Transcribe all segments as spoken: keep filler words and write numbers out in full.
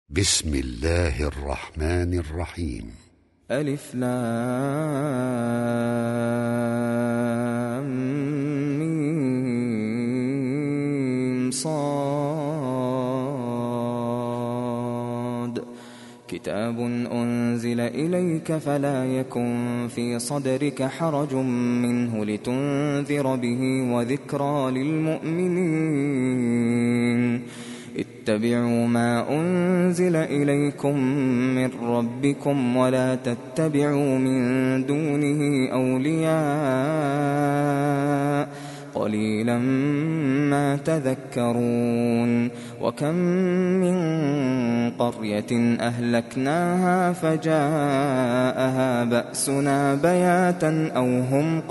بسم الله الرحمن الرحيم. ألف لام ميم صاد كتاب أنزل إليك فلا يكن في صدرك حرج منه لتنذر به وذكرى للمؤمنين. اتبعوا ما أنزل إليكم من ربكم ولا تتبعوا من دونه أولياء قليلا ما تذكرون. وكم من قرية أهلكناها فجاءها بأسنا بياتا أو هم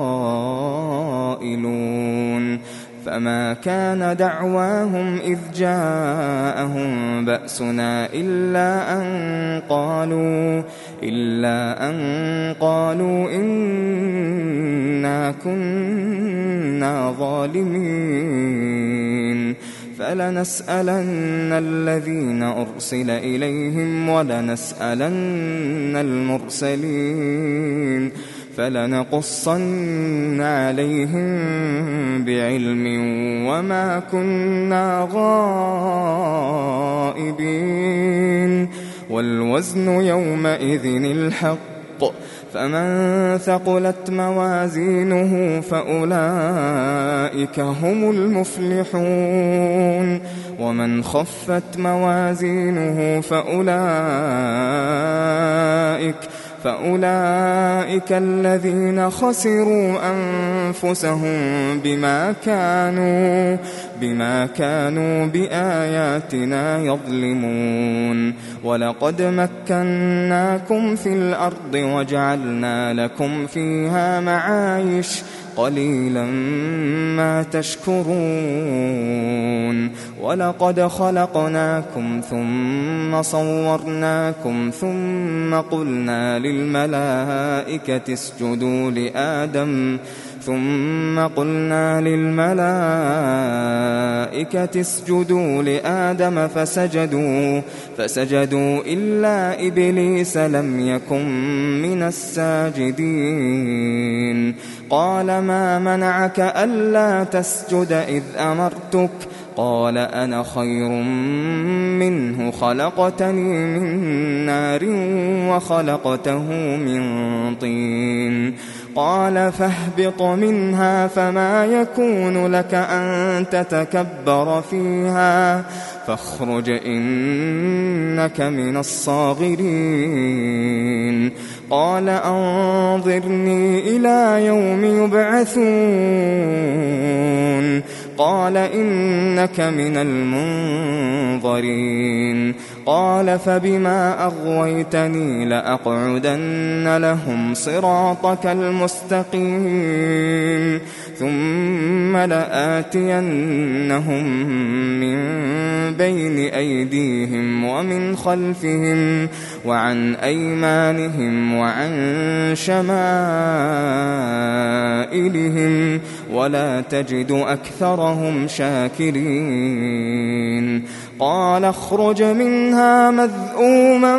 قائلون فما كان دعواهم إذ جاءهم بأسنا إلا أن قالوا إلا أن قالوا إنا كنا ظالمين. فلنسألن الذين أرسل إليهم ولنسألن المرسلين فلنقصن عليهم بعلم وما كنا غائبين. والوزن يومئذ الحق فمن ثقلت موازينه فأولئك هم المفلحون ومن خفت موازينه فأولئك فأولئك الذين خسروا أنفسهم بما كانوا بما كانوا بآياتنا يظلمون. ولقد مكناكم في الأرض وجعلنا لكم فيها معايش قليلا ما تشكرون. ولقد خلقناكم ثم صورناكم ثم قلنا للملائكة اسجدوا لآدم ثم قلنا للملائكة اسجدوا لآدم فسجدوا فسجدوا إلا إبليس لم يكن من الساجدين. قال ما منعك ألا تسجد إذ أمرتك قال أنا خير منه خلقتني من نار وخلقته من طين. قال فاهبط منها فما يكون لك أن تتكبر فيها فاخرج إنك من الصاغرين. قال أنظرني إلى يوم يبعثون قال إنك من المنظرين. قال فبما أغويتني لأقعدن لهم صراطك المستقيم ثم لآتينهم من بين أيديهم ومن خلفهم وعن أيمانهم وعن شمائلهم ولا تجد أكثرهم شاكرين. قال اخرج منها مذءوما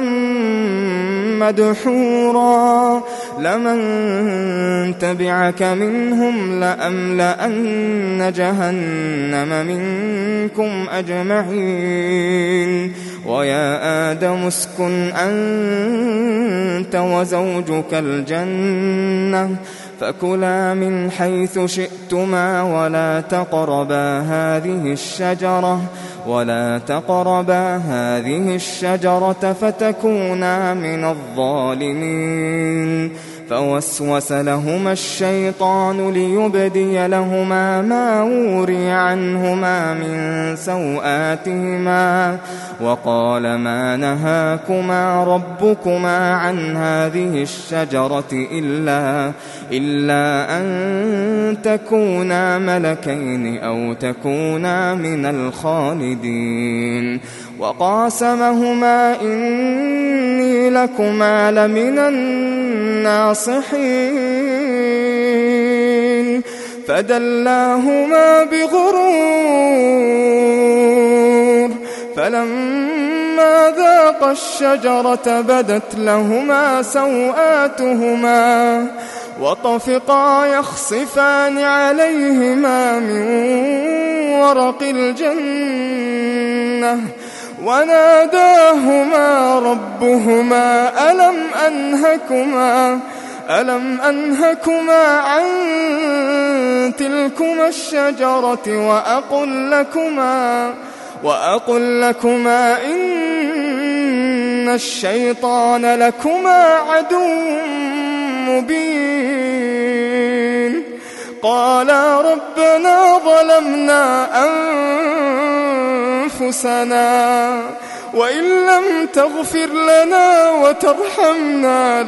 مدحورا لمن تبعك منهم لأملأن جهنم منكم أجمعين. ويا آدم اسكن أنت وزوجك الجنة فكلا من حيث شئتما ولا تقربا هذه الشجرة ولا تقربا هذه الشجرة فتكونا من الظالمين. فوسوس لهما الشيطان ليبدي لهما ما وري عنهما من سوآتهما وقال ما نهاكما ربكما عن هذه الشجرة إلا, إلا أن تكونا ملكين أو تكونا من الخالدين. وقاسمهما إني لكما لمن الناصحين فدلاهما بغرور فلما فلما ذاقا الشجرة بدت لهما سوآتهما وطفقا يخصفان عليهما من ورق الجنة وناداهما ربهما ألم أنهكما ألم أنهكما عن تلكما الشجرة وأقل لكما وأقل لكما إن الشيطان لكما عدو مبين قالا ربنا ظلمنا أنفسنا وإن لم تغفر لنا وترحمنا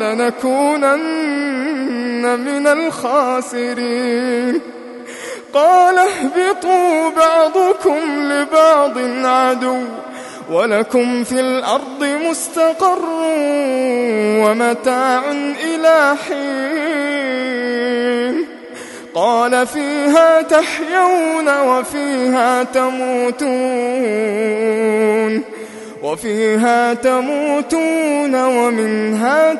لنكونن من الخاسرين قال اهبطوا بعضكم لبعض عدو ولكم في الأرض مستقر ومتاع إلى حين قال فيها تحيون وفيها تموتون وفيها تموتون ومنها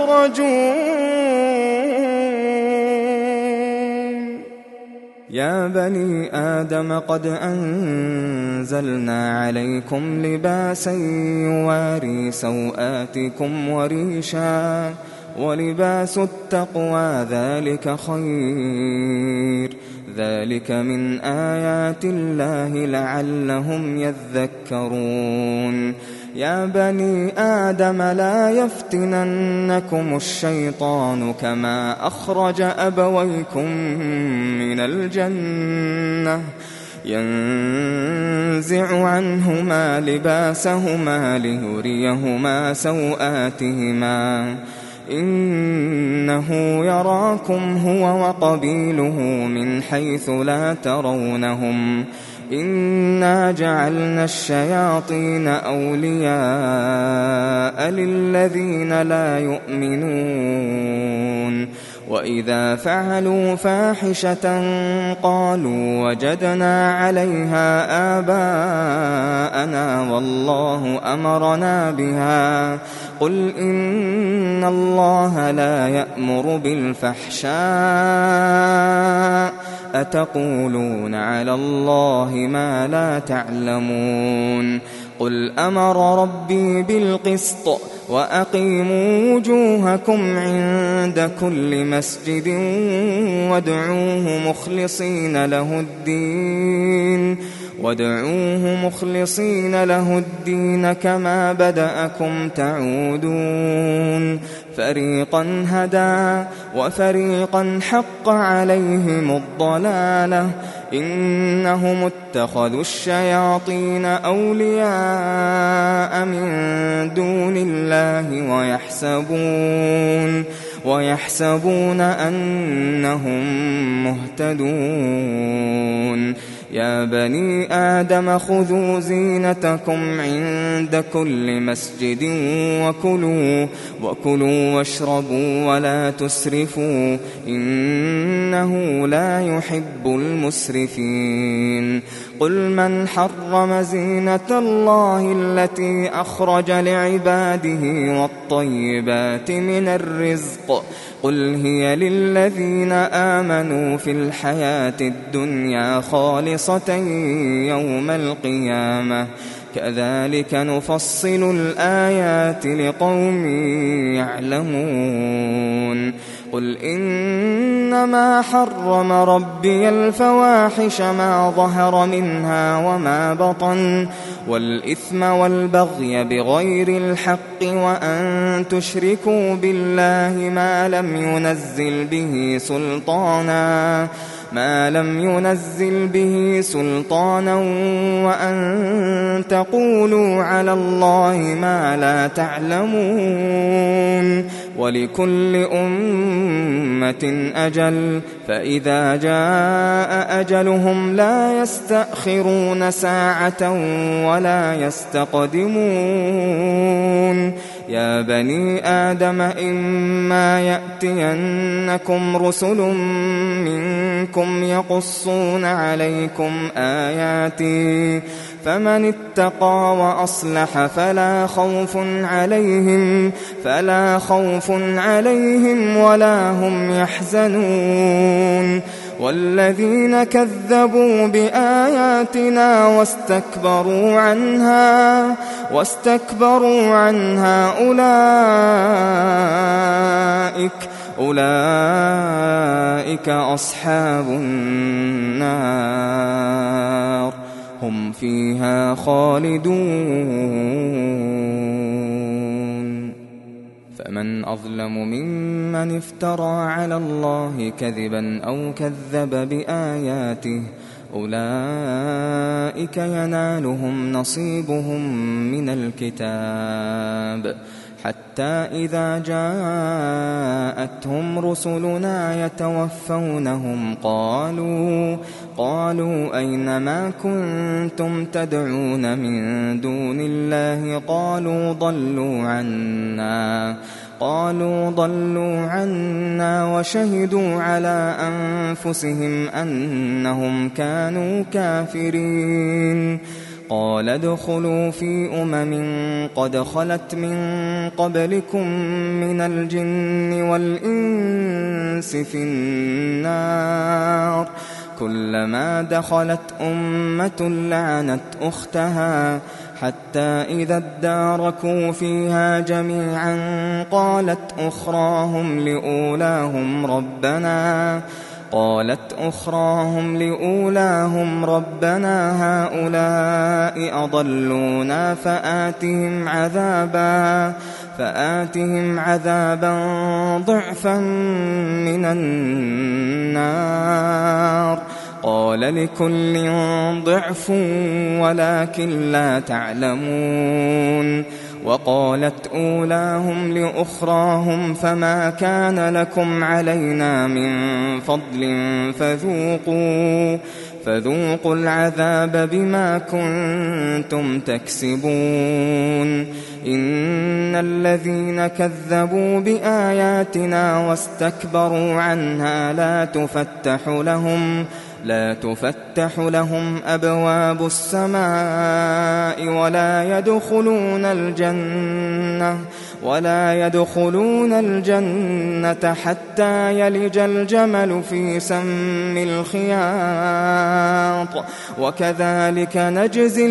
تخرجون يا بني آدم قد أنزلنا عليكم لباسا يواري سوآتكم وريشا ولباس التقوى ذلك خير ذلك من آيات الله لعلهم يذكرون يا بني آدم لا يفتننكم الشيطان كما أخرج أبويكم من الجنة ينزع عنهما لباسهما ليريهما سوآتهما إنه يراكم هو وقبيله من حيث لا ترونهم إنا جعلنا الشياطين أولياء للذين لا يؤمنون وإذا فعلوا فاحشة قالوا وجدنا عليها آباءنا والله أمرنا بها قل إن الله لا يأمر بالفحشاء أتقولون على الله ما لا تعلمون قل أمر ربي بالقسط وأقيموا وجوهكم عند كل مسجد وادعوه مخلصين له الدين وادعوه مخلصين له الدين كما بدأكم تعودون فريقا هدى وفريقا حق عليهم الضلالة إنهم اتخذوا الشياطين أولياء من دون الله ويحسبون ويحسبون أنهم مهتدون يا بني آدم خذوا زينتكم عند كل مسجد وكلوا وكلوا واشربوا ولا تسرفوا إنه لا يحب المسرفين قل من حرم زينة الله التي أخرج لعباده والطيبات من الرزق قل هي للذين آمنوا في الحياة الدنيا خالصة يوم القيامة كذلك نفصل الآيات لقوم يعلمون قل إنما حرم ربي الفواحش ما ظهر منها وما بطن والإثم والبغي بغير الحق وأن تشركوا بالله ما لم ينزل به سلطانا ما لم ينزل به سلطانا وأن تقولوا على الله ما لا تعلمون ولكل أمة أجل فإذا جاء أجلهم لا يستأخرون ساعة ولا يستقدمون يا بني آدم إما يأتينكم رسل منكم يقصون عليكم آياتي فمن اتقى وأصلح فلا خوف عليهم فلا خوف عليهم ولا هم يحزنون والذين كذبوا بآياتنا واستكبروا عنها واستكبروا عنها أولئك أولئك أصحاب النار هم فيها خالدون فمن أظلم ممن افترى على الله كذبا أو كذب بآياته أولئك ينالهم نصيبهم من الكتاب حتى إذا جاءتهم رسلنا يتوفونهم قالوا قالوا أين ما كنتم تدعون من دون الله قالوا ضلوا عنا قالوا ضلوا عنا وشهدوا على أنفسهم أنهم كانوا كافرين قال ادخلوا في أمم قد خلت من قبلكم من الجن والإنس في النار كلما دخلت أمة لعنت أختها حتى إذا اداركوا فيها جميعا قالت أخراهم لأولاهم ربنا قالت أخراهم لأولاهم ربنا هؤلاء أضلونا فآتهم عذابا فآتهم عذابا ضعفا من النار قال لكل ضعف ولكن لا تعلمون وقالت أولاهم لأخراهم فما كان لكم علينا من فضل فذوقوا فذوقوا العذاب بما كنتم تكسبون إن الذين كذبوا بآياتنا واستكبروا عنها لا تفتح لهم لا تفتح لهم أبواب السماء ولا يدخلون الجنة ولا يدخلون الجنة حتى يلج الجمل في سم الخياط وكذلك نجزي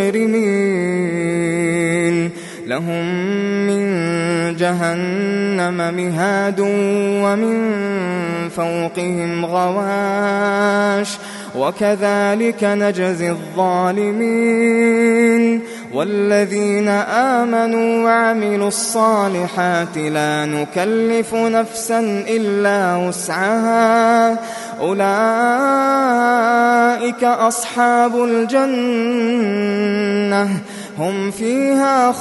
المجرمين لهم من جهنم مهاد ومن فوقهم غواش وكذلك نجزي الظالمين والذين آمنوا وعملوا الصالحات لا نكلف نفسا إلا وسعها أولئك أصحاب الجنة هم فيها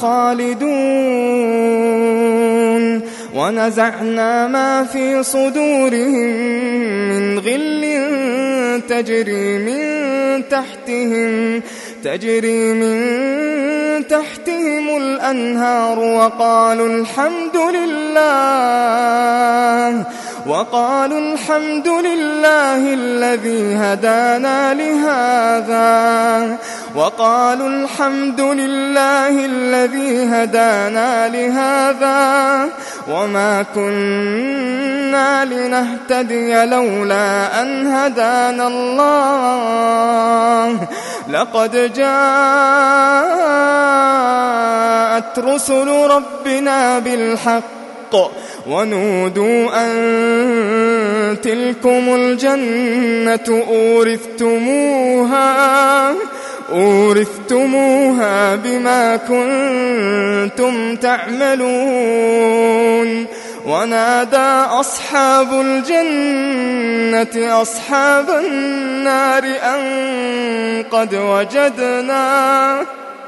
خالدون ونزعنا ما في صدورهم من غل تجري من تحتهم تجري من تحتهم الأنهار وقالوا الحمد لله وقالوا الحمد لله الذي هدانا لهذا وقالوا الحمد لله الذي هدانا لهذا وما كنا لنهتدي لولا أن هدانا الله لقد جاءت رسل ربنا بالحق ونودوا أن تلكم الجنة أورثتموها أورثتموها بما كنتم تعملون ونادى أصحاب الجنة أصحاب النار أن قد وجدنا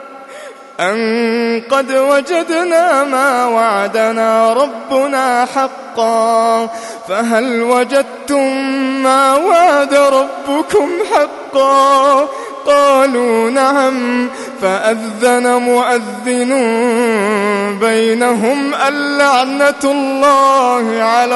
أن قد وجدنا ما وعدنا ربنا حقا فهل وجدتم ما وعد ربكم حقا قالوا نعم فأذن مؤذن بينهم اللعنة الله على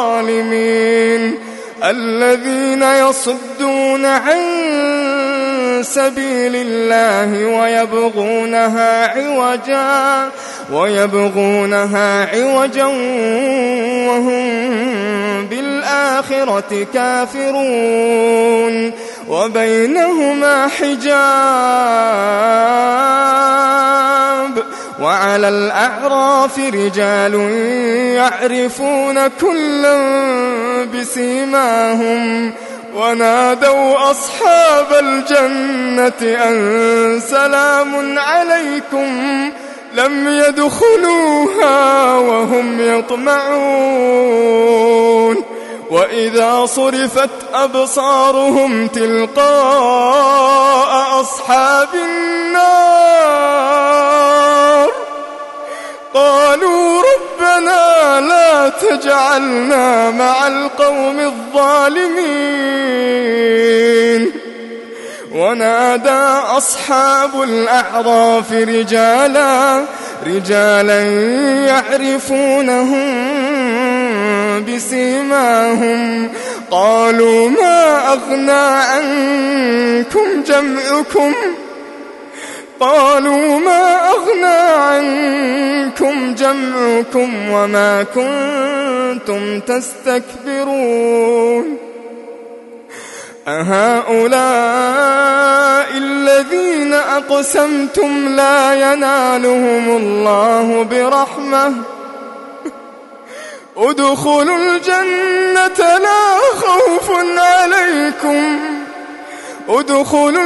الظالمين الذين يصدون عن سبيل الله ويبغونها عوجا ويبغونها عوجا وهم بالآخرة كافرون وبينهما حجاب وعلى الأعراف رجال يعرفون كلا بسيماهم ونادوا أصحاب الجنة أن سلام عليكم لم يدخلوها وهم يطمعون وإذا صرفت أبصارهم تلقاء أصحاب النار قالوا ربنا لا تجعلنا مع القوم الظالمين ونادى أصحاب الأعراف رجالا رجالا يعرفونهم بسيماهم قالوا ما أغنى عنكم جمعكم قالوا ما أغنى عنكم جمعكم وما كنتم تستكبرون أهؤلاء الذين أقسمتم لا ينالهم الله برحمة ادخلوا الجنة لا خوف عليكم ادخلوا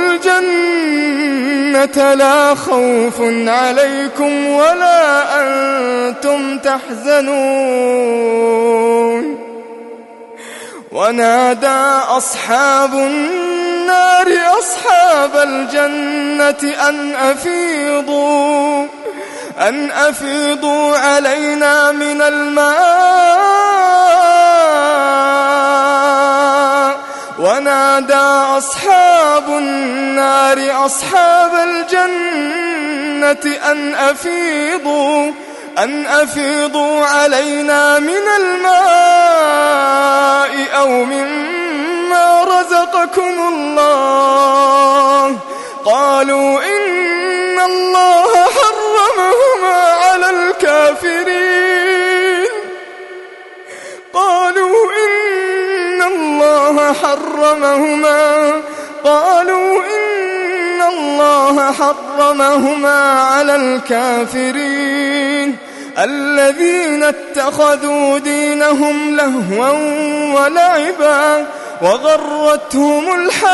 الجنة لا خوف عليكم ولا أنتم تحزنون ونادى أصحاب النار أصحاب الجنة أن أفيضوا أن أفيضوا علينا من الماء ونادى أصحاب النار أصحاب الجنة أن أفيضوا أن أفيضوا علينا من الماء أو مما رزقكم الله قالوا إن الله حرمهما على الكافرين قالوا إن الله حرمهما قالوا إن الله حرمهما على الكافرين الذين اتخذوا دينهم لهوا ولعبا وغرتهم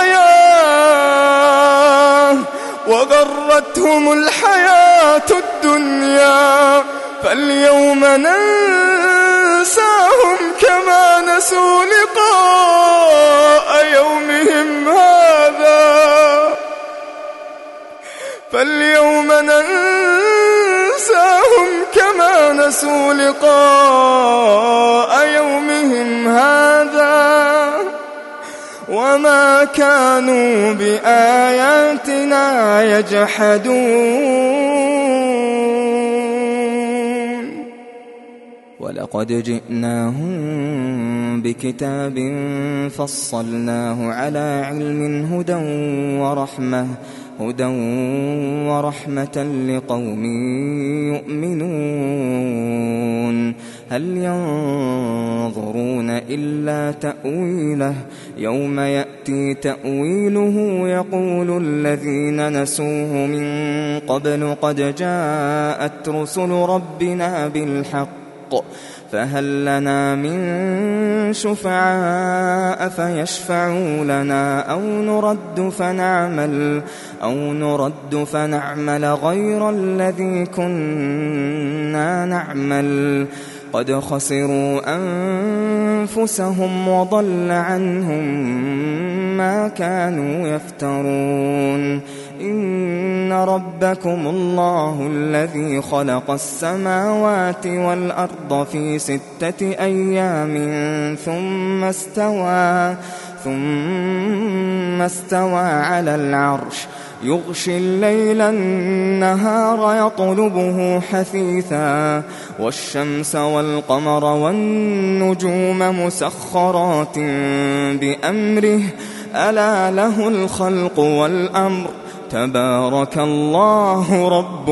الحياة وغرتهم الحياة الدنيا فاليوم ننساهم كما نسوا لقاء يومهم هذا فاليوم ننساهم كما نسوا لقاء يومهم هذا وما كانوا بآياتنا يجحدون ولقد جئناهم بكتاب فصلناه على علم هدى ورحمة هدى ورحمة لقوم يؤمنون هل ينظرون إلا تأويله يوم يأتي تأويله يقول الذين نسوه من قبل قد جاءت رسل ربنا بالحق فهل لنا من شفعاء فيشفعوا لنا أو نرد فنعمل أو نرد فنعمل غير الذي كنا نعمل قد خسروا أنفسهم وضل عنهم ما كانوا يفترون إن ربكم الله الذي خلق السماوات والأرض في ستة أيام ثم استوى ثم استوى على العرش يغشي الليل النهار يطلبه حثيثا والشمس والقمر والنجوم مسخرات بأمره ألا له الخلق والأمر تبارك الله رب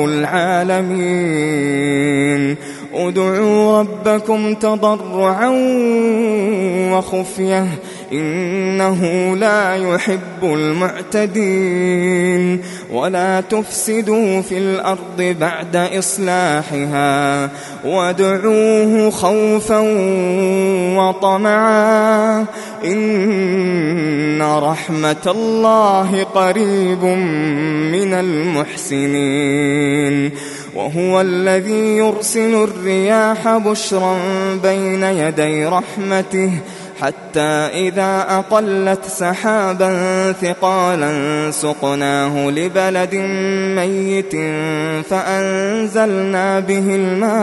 العالمين ادعوا ربكم تضرعا وخفية إنه لا يحب المعتدين ولا تفسدوا في الأرض بعد إصلاحها وادعوه خوفا وطمعا إن رحمة الله قريب من المحسنين وهو الذي يرسل الرياح بشرا بين يدي رحمته حتى إذا أقلت سحابا ثقالا سقناه لبلد ميت فأنزلنا به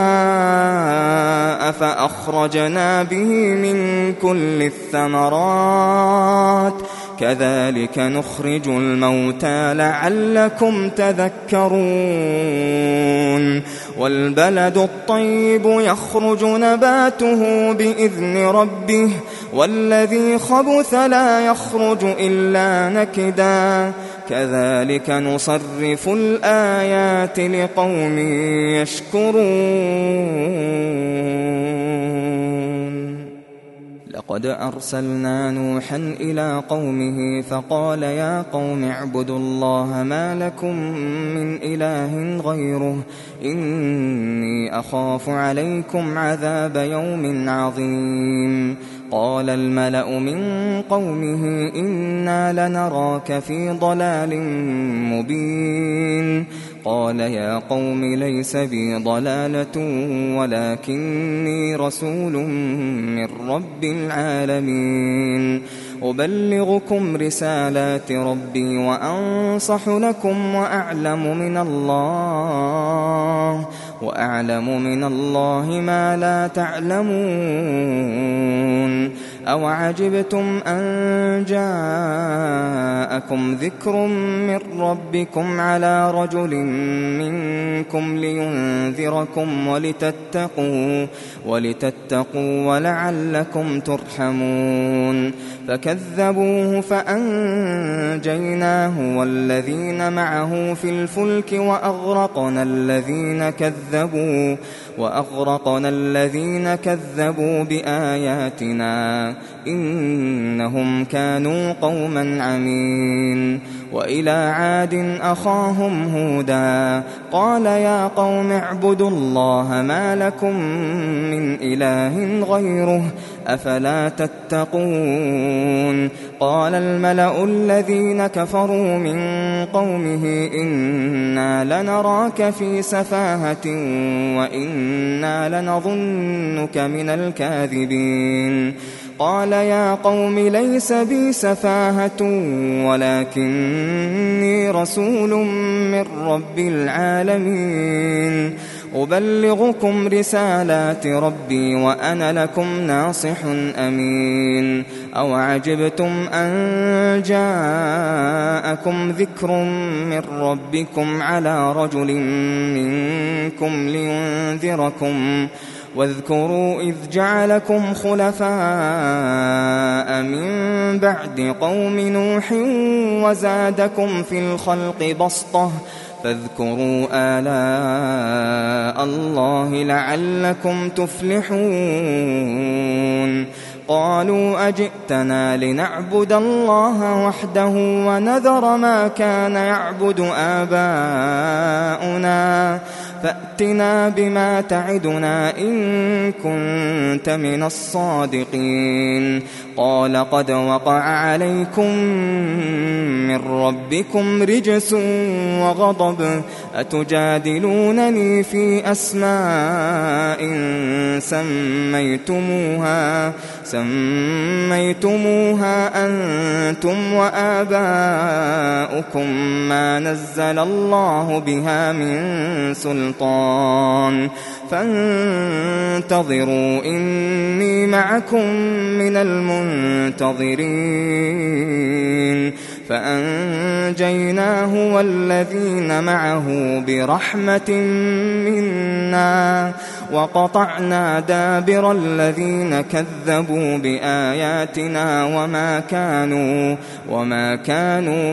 الماء فأخرجنا به من كل الثمرات كذلك نخرج الموتى لعلكم تذكرون والبلد الطيب يخرج نباته بإذن ربه والذي خبث لا يخرج إلا نكدا كذلك نصرف الآيات لقوم يشكرون لقد أرسلنا نوحا إلى قومه فقال يا قوم اعبدوا الله ما لكم من إله غيره إني أخاف عليكم عذاب يوم عظيم قال الملأ من قومه إنا لنراك في ضلال مبين قال يا قوم ليس بي ضلالة ولكني رسول من رب العالمين أبلغكم رسالات ربي وأنصح لكم وأعلم من الله وأعلم من الله ما لا تعلمون أوعجبتم أن جاءكم ذكر من ربكم على رجل منكم لينذركم ولتتقوا ولتتقوا ولعلكم ترحمون فكذبوه فأنجيناه والذين معه في الفلك وأغرقنا الذين كذبوا وأغرقنا الذين كذبوا بآياتنا إنهم كانوا قوما عمين وإلى عاد أخاهم هودا قال يا قوم اعبدوا الله ما لكم من إله غيره أفلا تتقون قال الملأ الذين كفروا من قومه إنا لنراك في سفاهة وإنا لنظنك من الكاذبين قال يا قوم ليس بي سفاهة ولكني رسول من رب العالمين أبلغكم رسالات ربي وأنا لكم ناصح أمين أوعجبتم أن جاءكم ذكر من ربكم على رجل منكم لينذركم واذكروا إذ جعلكم خلفاء من بعد قوم نوح وزادكم في الخلق بسطة فاذكروا آلاء الله لعلكم تفلحون قالوا أجئتنا لنعبد الله وحده ونذر ما كان يعبد آباؤنا فأتنا بما تعدنا إن كنت من الصادقين قال قد وقع عليكم من ربكم رجس وغضب أتجادلونني في أسماء سميتموها سميتموها أنتم وآباؤكم ما نزل الله بها من سلطان فانتظروا إني معكم من المنتظرين فأنجيناه والذين معه برحمة منا وقطعنا دابر الذين كذبوا بآياتنا وما كانوا وما كانوا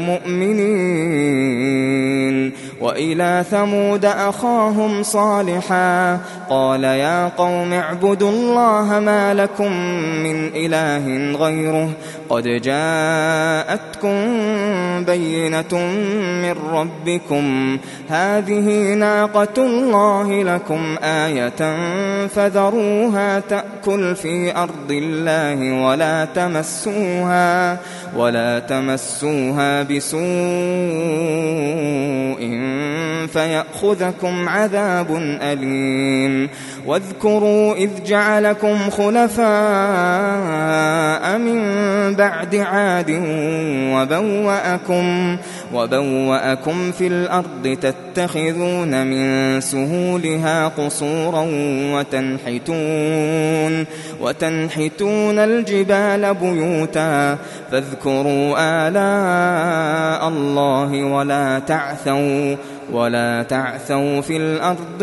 مؤمنين. وإلى ثمود أخاهم صالحا قال يا قوم اعبدوا الله ما لكم من إله غيره قد جاءتكم بينة من ربكم هذه ناقة الله لكم آية فذروها تأكل في أرض الله ولا تمسوها ولا تمسوها بسوء فيأخذكم عذاب أليم. واذكروا إذ جعلكم خلفاء من بعد عاد وبوأكم, وبوأكم في الأرض تتخذون من سهولها قصورا وتنحتون, وتنحتون الجبال بيوتا فاذكروا آلاء الله ولا تعثوا ولا تعثوا في الأرض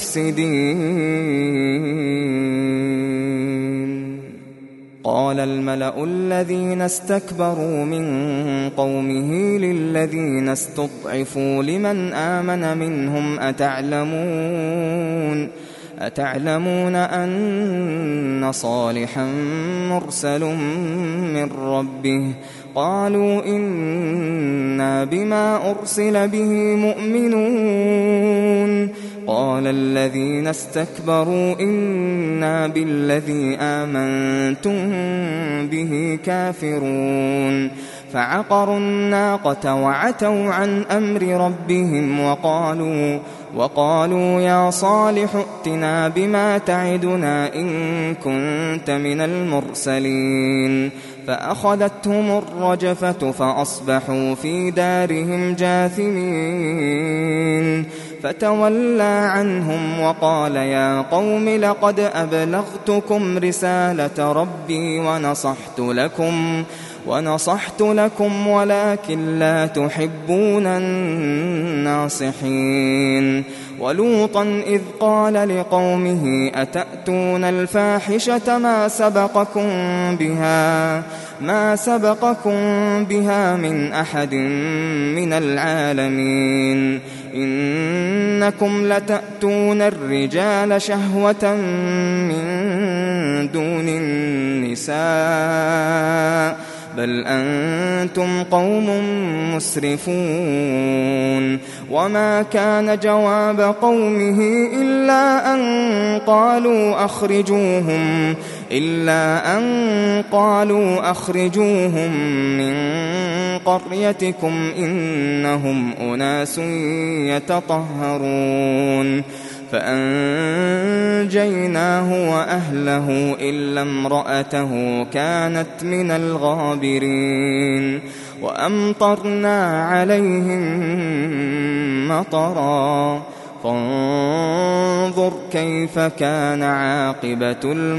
مفسدين. قال الملأ الذين استكبروا من قومه للذين استضعفوا لمن آمن منهم أتعلمون أتعلمون أن صالحا مرسل من ربه قالوا إنا بما أرسل به مؤمنون. قال الذين استكبروا إنا بالذي آمنتم به كافرون. فعقروا الناقة وعتوا عن أمر ربهم وقالوا وقالوا يا صالح ائتنا بما تعدنا إن كنت من المرسلين. فأخذتهم الرجفة فأصبحوا في دارهم جاثمين. فتولى عنهم وقال يا قوم لقد أبلغتكم رسالة ربي ونصحت لكم ونصحت لكم ولكن لا تحبون الناصحين. ولوطا إذ قال لقومه أتأتون الفاحشة ما سبقكم بها ما سبقكم بها من أحد من العالمين إنكم لتأتون الرجال شهوة من دون النساء بل أنتم قوم مسرفون. وما كان جواب قومه إلا أن قالوا أخرجوهم إلا أن قالوا أخرجوهم من قريتكم إنهم أناس يتطهرون. فأنجيناه وأهله إلا امرأته كانت من الغابرين. وأمطرنا عليهم مطرا فانظر كيف كان عاقبة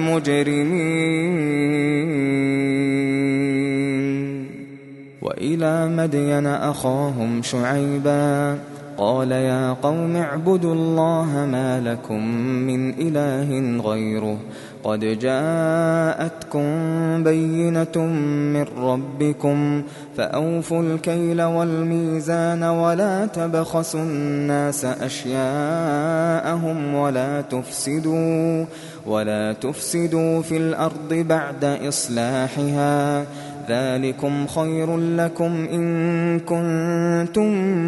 المجرمين. وإلى مدين أخاهم شعيبا قال يا قوم اعبدوا الله ما لكم من إله غيره قد جاءتكم بينة من ربكم فأوفوا الكيل والميزان ولا تبخسوا الناس أشياءهم ولا تفسدوا ولا تفسدوا في الأرض بعد إصلاحها ذلكم خير لكم إن كنتم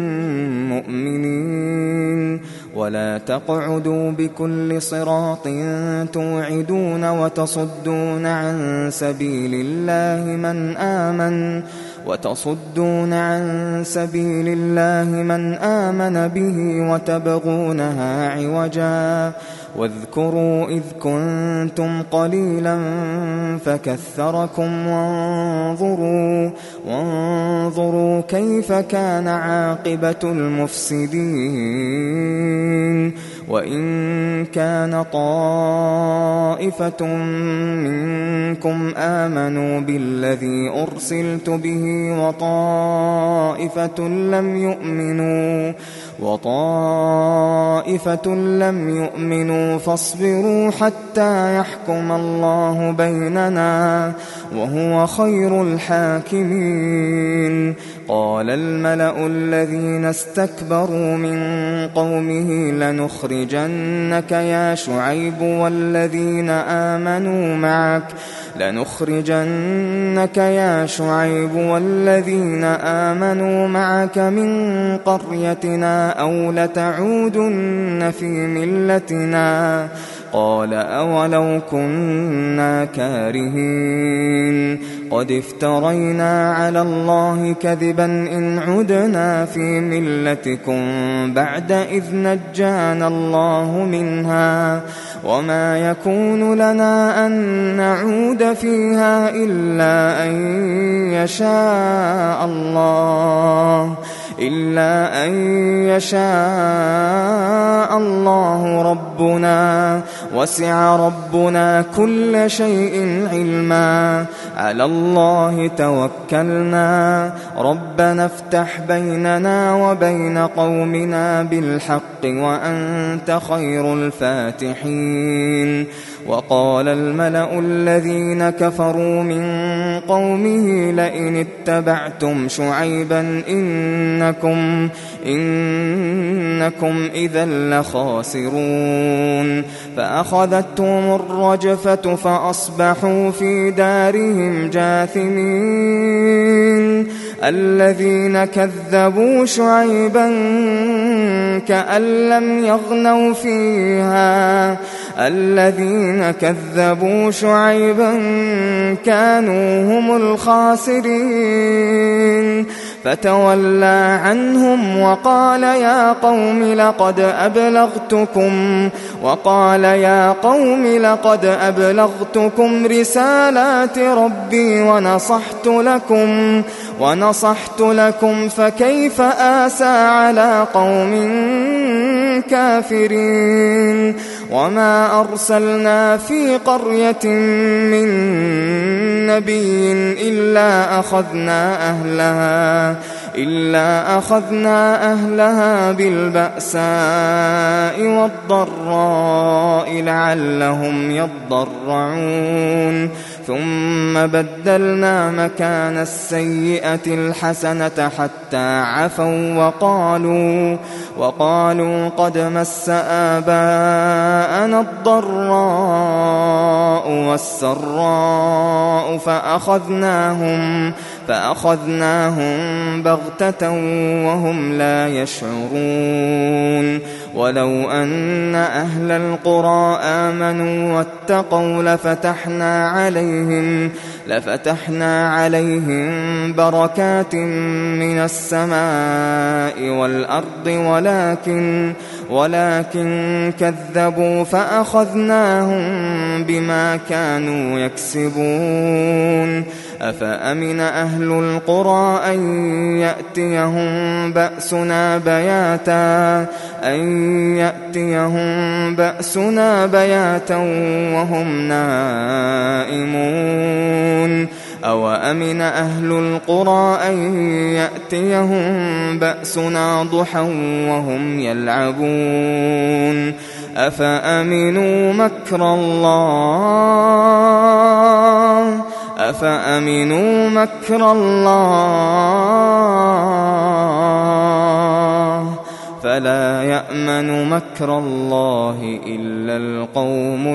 مؤمنين. ولا تقعدوا بكل صراط توعدون وتصدون عن سبيل الله من آمن وتصدون عن سبيل الله من آمن به وتبغونها عوجا. واذكروا إذ كنتم قليلا فكثركم وانظروا, وانظروا كيف كان عاقبة المفسدين. وإن كان طائفة منكم آمنوا بالذي أرسلت به وطائفة لم يؤمنوا وطائفة لم يؤمنوا فاصبروا حتى يحكم الله بيننا وهو خير الحاكمين. قال الملأ الذين استكبروا من قومه لنخرجنك يا شعيب والذين آمنوا معك لنخرجنك يا شعيب والذين آمنوا معك من قريتنا أو لتعودن في ملتنا. قال أولو كنا كارهين قد افترينا على الله كذبا إن عدنا في ملتكم بعد إذ نجانا الله منها وما يكون لنا أن نعود فيها إلا أن يشاء الله إلا أن يشاء الله ربنا وسع ربنا كل شيء علما على الله توكلنا ربنا افتح بيننا وبين قومنا بالحق وأنت خير الفاتحين. وقال الملأ الذين كفروا من قومه لئن اتبعتم شعيبا إنكم, إنكم إذا لخاسرون. فأخذتهم الرجفة فأصبحوا في دارهم جاثمين. الذين كذبوا شعيبا كأن لم يغنوا فيها الذين كذبوا شعيبا كانوا هم الخاسرين. فتولى عنهم وقال يا قوم لقد أبلغتكم وقال يا قوم لقد أبلغتكم رسالات ربي ونصحت لكم ونصحت لكم فكيف آسى على قوم كافرين. وما أرسلنا في قرية من نبي إلا أخذنا أهلها إلا أخذنا أهلها بالبأساء والضراء لعلهم يضرعون. ثم بدلنا مكان السيئة الحسنة حتى عفوا وقالوا وقالوا قد مس آباءنا الضراء والسراء فأخذناهم فأخذناهم بغتة وهم لا يشعرون. ولو أن أهل القرى آمنوا واتقوا لفتحنا عليهم لفتحنا عليهم بركات من السماء والأرض ولكن ولكن كذبوا فأخذناهم بما كانوا يكسبون. أفأمن أهل القرى أن يأتيهم بأسنا بياتا أن يأتيهم بأسنا بياتا وهم نائمون. أوأمن أهل القرى أن يأتيهم بأسنا ضحى وهم يلعبون. أفأمنوا مكر الله أفأمنوا مكر الله فلا يأمن مكر الله إلا القوم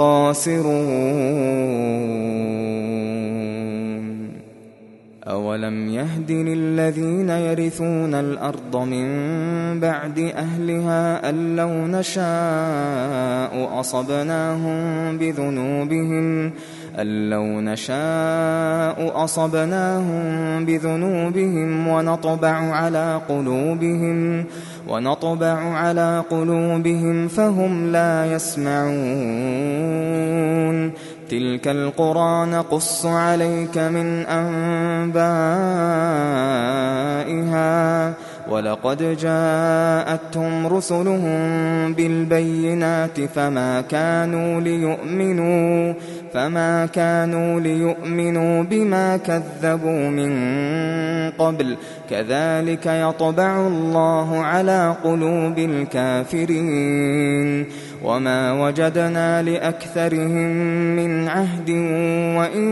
الخاسرون. أولم يهد للذين يرثون الأرض من بعد أهلها أن لو نشاء أصبناهم بذنوبهم أن لو نشاء أصبناهم بذنوبهم ونطبع على قلوبهم ونطبع على قلوبهم فهم لا يسمعون. تلك القرى نقص عليك من أنبائها ولقد جاءتهم رسلهم بالبينات فما كانوا ليؤمنوا فما كانوا ليؤمنوا بما كذبوا من قبل كذلك يطبع الله على قلوب الكافرين وما وجدنا لأكثرهم من عهد وإن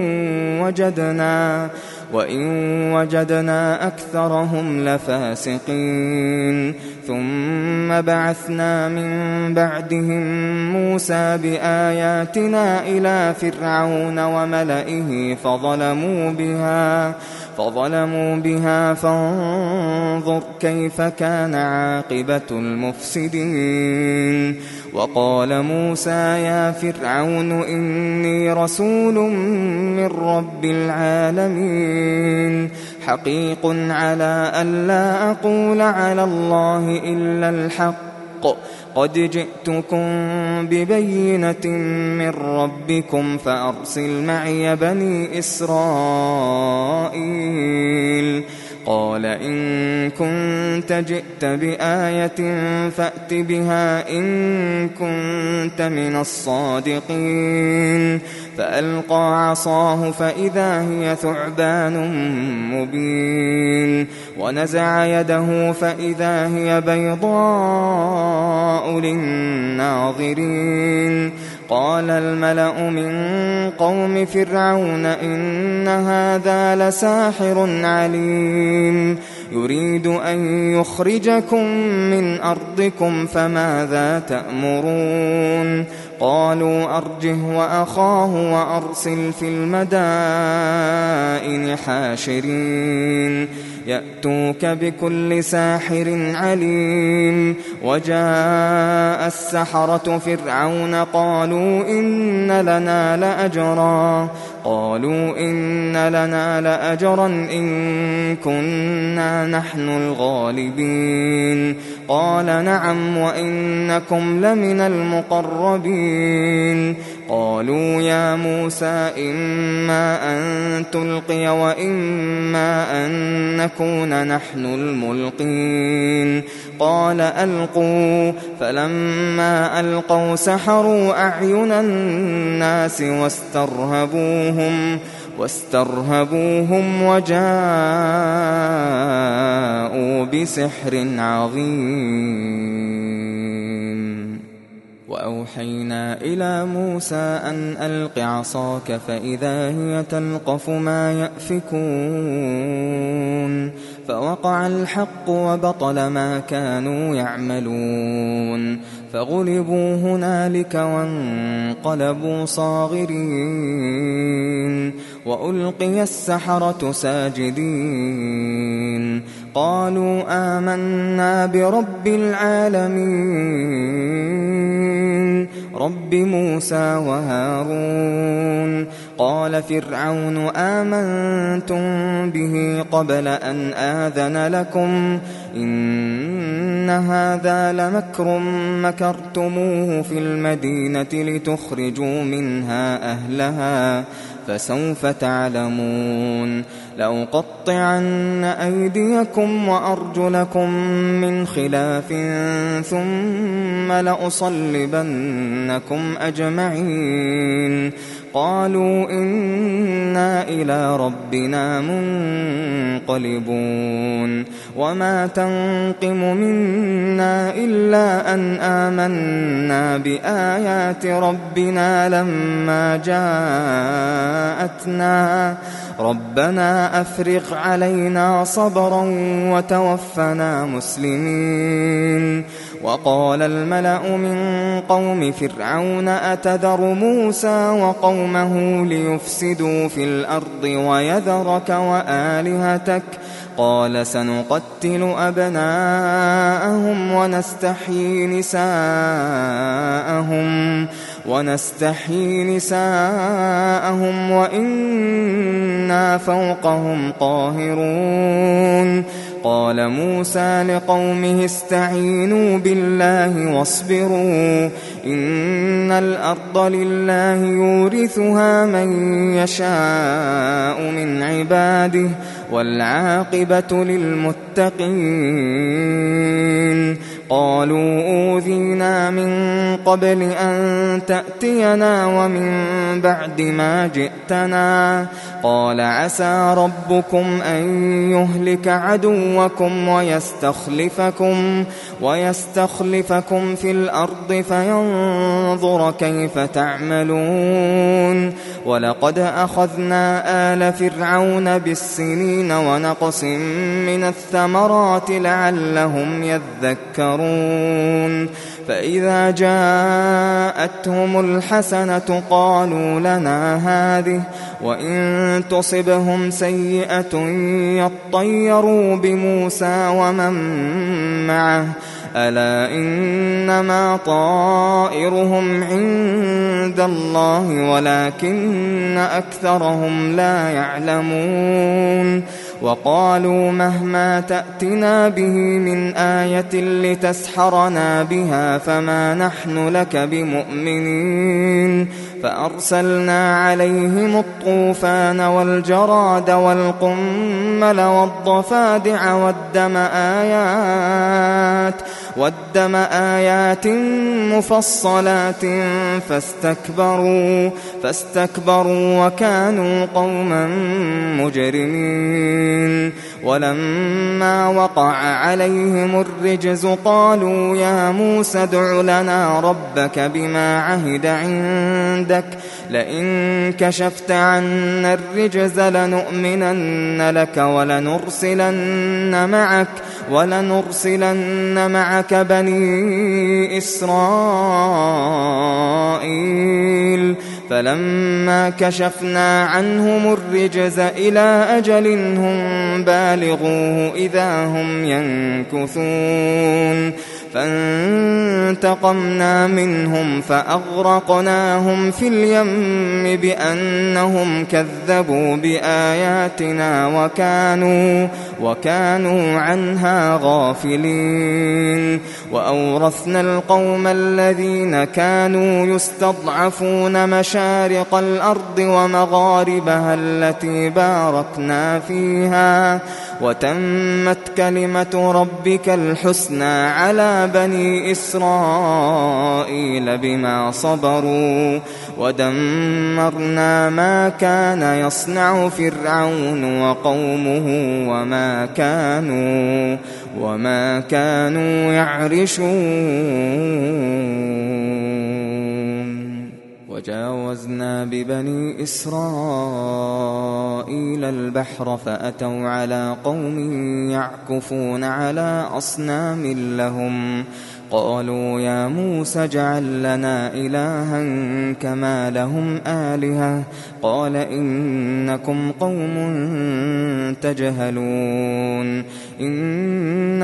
وجدنا وإن وجدنا أكثرهم لفاسقين ثم بعثنا من بعدهم موسى بآياتنا إلى فرعون وملئه فظلموا بها فظلموا بها فانظر كيف كان عاقبة المفسدين وقال موسى يا فرعون إني رسول من رب العالمين حقيق على ألا أقول على الله إلا الحق قد جئتكم ببينة من ربكم فأرسل معي بني إسرائيل قال إن كنت جئت بآية فأت بها إن كنت من الصادقين فألقى عصاه فإذا هي ثعبان مبين ونزع يده فإذا هي بيضاء للناظرين قال الملأ من قوم فرعون إن هذا لساحر عليم يريد أن يخرجكم من أرضكم فماذا تأمرون قالوا أرجه وأخاه وأرسل في المدائن حاشرين يأتوك بكل ساحر عليم وجاء السحرة فرعون قالوا إن لنا لأجرا قالوا إن لنا لأجرا إن كنا نحن الغالبين قال نعم وإنكم لمن المقربين قالوا يا موسى إما أن تلقي وإما أن نكون نحن الملقين قال ألقوا فلما ألقوا سحروا أعين الناس واسترهبوهم واسترهبوهم وجاءوا بسحر عظيم وأوحينا إلى موسى أن ألق عصاك فإذا هي تلقف ما يأفكون فوقع الحق وبطل ما كانوا يعملون فغلبوا هنالك وانقلبوا صاغرين وألقي السحرة ساجدين قالوا آمنا برب العالمين رب موسى وهارون قال فرعون آمنتم به قبل أن آذن لكم إن هذا لمكر مكرتموه في المدينة لتخرجوا منها أهلها فسوف تعلمون لأقطعن أيديكم وأرجلكم من خلاف ثم لأصلبنكم أجمعين قالوا إنا إلى ربنا منقلبون وما تنقم منا إلا أن آمنا بآيات ربنا لما جاءتنا ربنا أفرغ علينا صبرا وتوفنا مسلمين وقال الملأ من قوم فرعون أتذر موسى وقومه ليفسدوا في الأرض ويذرك وآلهتك قال سنقتل أبناءهم ونستحيي نساءهم ونستحيي نساءهم وإنا فوقهم قاهرون قال موسى لقومه استعينوا بالله واصبروا إن الأرض لله يورثها من يشاء من عباده والعاقبة للمتقين قالوا أوذينا من قبل أن تأتينا ومن بعد ما جئتنا قال عسى ربكم أن يهلك عدوكم ويستخلفكم ويستخلفكم في الأرض فينظر كيف تعملون ولقد أخذنا آل فرعون بالسنين ونقص من الثمرات لعلهم يذكرون فإذا جاءتهم الحسنة قالوا لنا هذه وإن تصبهم سيئة يطيروا بموسى ومن معه ألا إنما طائرهم عند الله ولكن أكثرهم لا يعلمون وقالوا مهما تأتنا به من آية لتسحرنا بها فما نحن لك بمؤمنين فأرسلنا عليهم الطوفان والجراد والقمل والضفادع والدم آيات والدم آيات مفصلات فاستكبروا فاستكبروا وكانوا قوما مجرمين ولما وقع عليهم الرجز قالوا يا موسى ادع لنا ربك بما عهد عندك لئن كشفت عنا الرجز لنؤمنن لك ولنرسلن معك ولنرسلن معك بني إسرائيل فلما كشفنا عنهم الرجز إلى أجل هم بالغوه إذا هم ينكثون فانتقمنا منهم فأغرقناهم في اليم بأنهم كذبوا بآياتنا وكانوا وكانوا عنها غافلين وأورثنا القوم الذين كانوا يستضعفون مشارق الأرض ومغاربها التي باركنا فيها وتمت كلمة ربك الحسنى على بني إسرائيل بما صبروا ودمرنا ما كان يصنع فرعون وقومه وما كانوا وما كانوا يعرشون وجاوزنا ببني إسرائيل البحر فأتوا على قوم يعكفون على أصنام لهم قالوا يا موسى اجعل لنا إلها كما لهم آلهة قال إنكم قوم تجهلون إن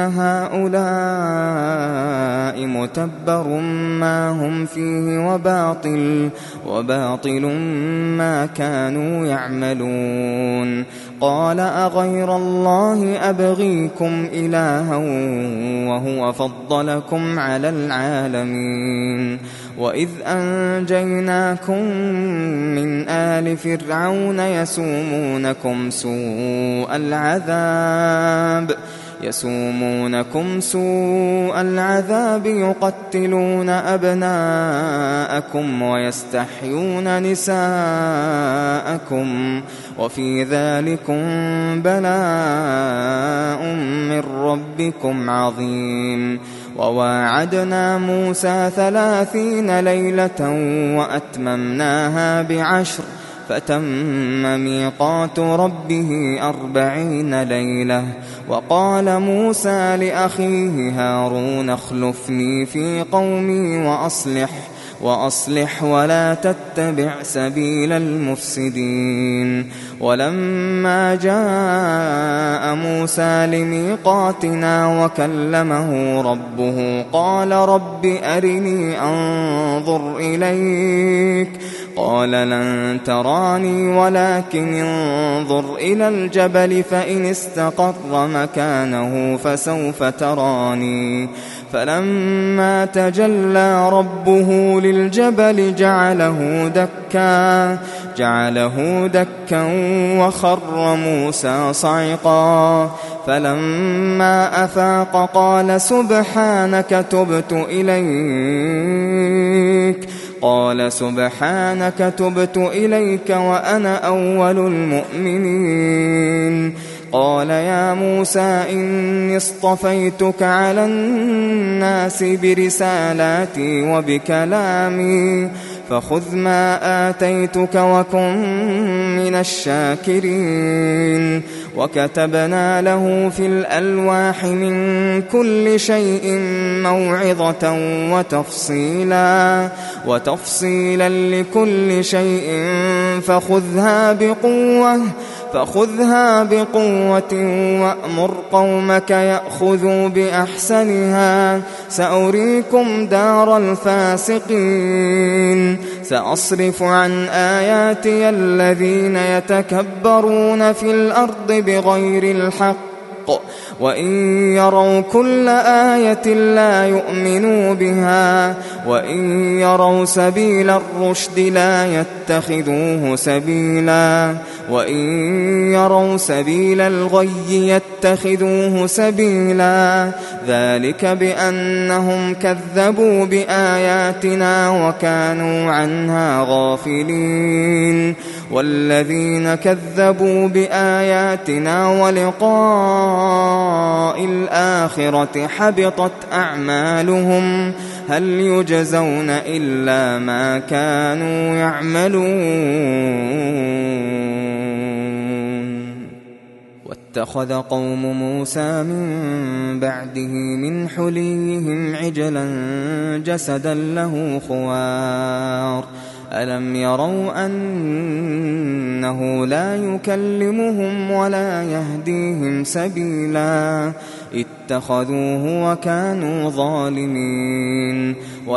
هؤلاء متبر ما هم فيه وباطل وباطل ما كانوا يعملون قال أغير الله أبغيكم إلها وهو فضلكم على العالمين وإذ أنجيناكم من آل فرعون يسومونكم سوء العذاب يسومونكم سوء العذاب يقتلون أبناءكم ويستحيون نساءكم وفي ذلكم بلاء من ربكم عظيم وواعدنا موسى ثلاثين ليلة وأتممناها بعشر فتم ميقات ربه أربعين ليلة وقال موسى لأخيه هارون اخلفني في قومي وأصلح وأصلح ولا تتبع سبيل المفسدين ولما جاء موسى لميقاتنا وكلمه ربه قال رب أرني أنظر إليك قال لن تراني ولكن انظر إلى الجبل فإن استقر مكانه فسوف تراني فلما تجلى ربه للجبل جعله دكا جعله دكا وخر موسى صعقا فلما أفاق قال سبحانك تبت إليك قال سبحانك تبت إليك وأنا أول المؤمنين قال يا موسى إني اصطفيتك على الناس برسالاتي وبكلامي فخذ ما آتيتك وكن من الشاكرين وكتبنا له في الألواح من كل شيء موعظة وتفصيلا وتفصيلا لكل شيء فخذها بقوة فخذها بقوة وأمر قومك يأخذوا بأحسنها سأريكم دار الفاسقين سأصرف عن آياتي الذين يتكبرون في الأرض بغير الحق وإن يروا كل آية لا يؤمنوا بها وإن يروا سبيل الرشد لا يتخذوه سبيلا وإن يروا سبيل الغي يتخذوه سبيلا ذلك بأنهم كذبوا بآياتنا وكانوا عنها غافلين والذين كذبوا بآياتنا ولقاء الآخرة حبطت أعمالهم هل يجزون إلا ما كانوا يعملون واتخذ قوم موسى من بعده من حليهم عجلا جسدا له خوار ألم يروا أنه لا يكلمهم ولا يهديهم سبيلا اتخذوه وكانوا ظالمين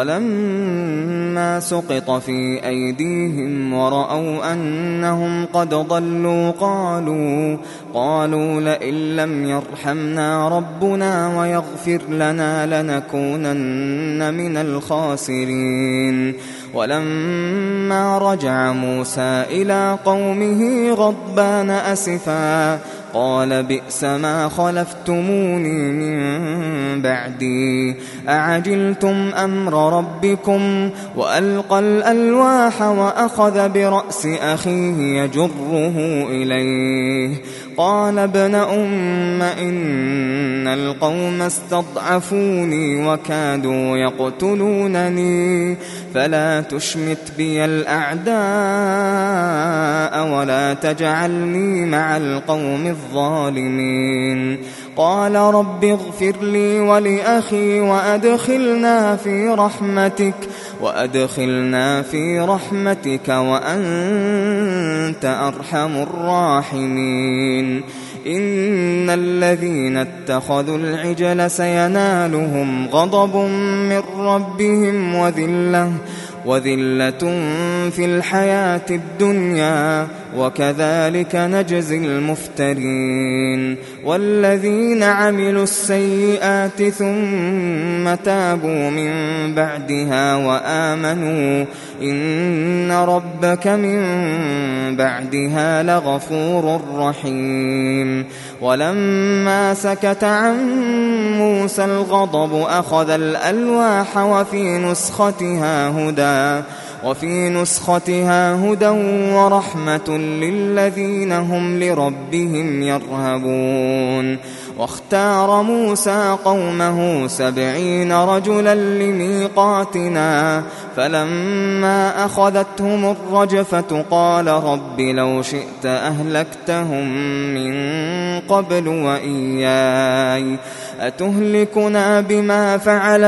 ولما سقط في أيديهم ورأوا أنهم قد ضلوا قالوا قالوا لئن لم يرحمنا ربنا ويغفر لنا لنكونن من الخاسرين ولما رجع موسى إلى قومه غضبان أسفا قال بئس ما خلفتموني من بعدي أعجلتم أمر ربكم وألقى الألواح وأخذ برأس أخيه يجره إليه قال ابن أم إن القوم استضعفوني وكادوا يقتلونني فلا تشمت بي الأعداء ولا تجعلني مع القوم الظالمين قال رب اغفر لي ولأخي وأدخلنا في رحمتك وأدخلنا في رحمتك وأنت أرحم الراحمين إن الذين اتخذوا العجل سينالهم غضب من ربهم وذلة وذلة في الحياة الدنيا وكذلك نجزي المفترين والذين عملوا السيئات ثم تابوا من بعدها وآمنوا إن ربك من بعدها لغفور رحيم ولما سكت عن موسى الغضب أخذ الألواح وفي نسختها هدى وفي نسختها هدى ورحمة للذين هم لربهم يرهبون واختار موسى قومه سبعين رجلا لميقاتنا فلما أخذتهم الرجفة قال رب لو شئت أهلكتهم من قبل وإياي أتهلكنا بما فعل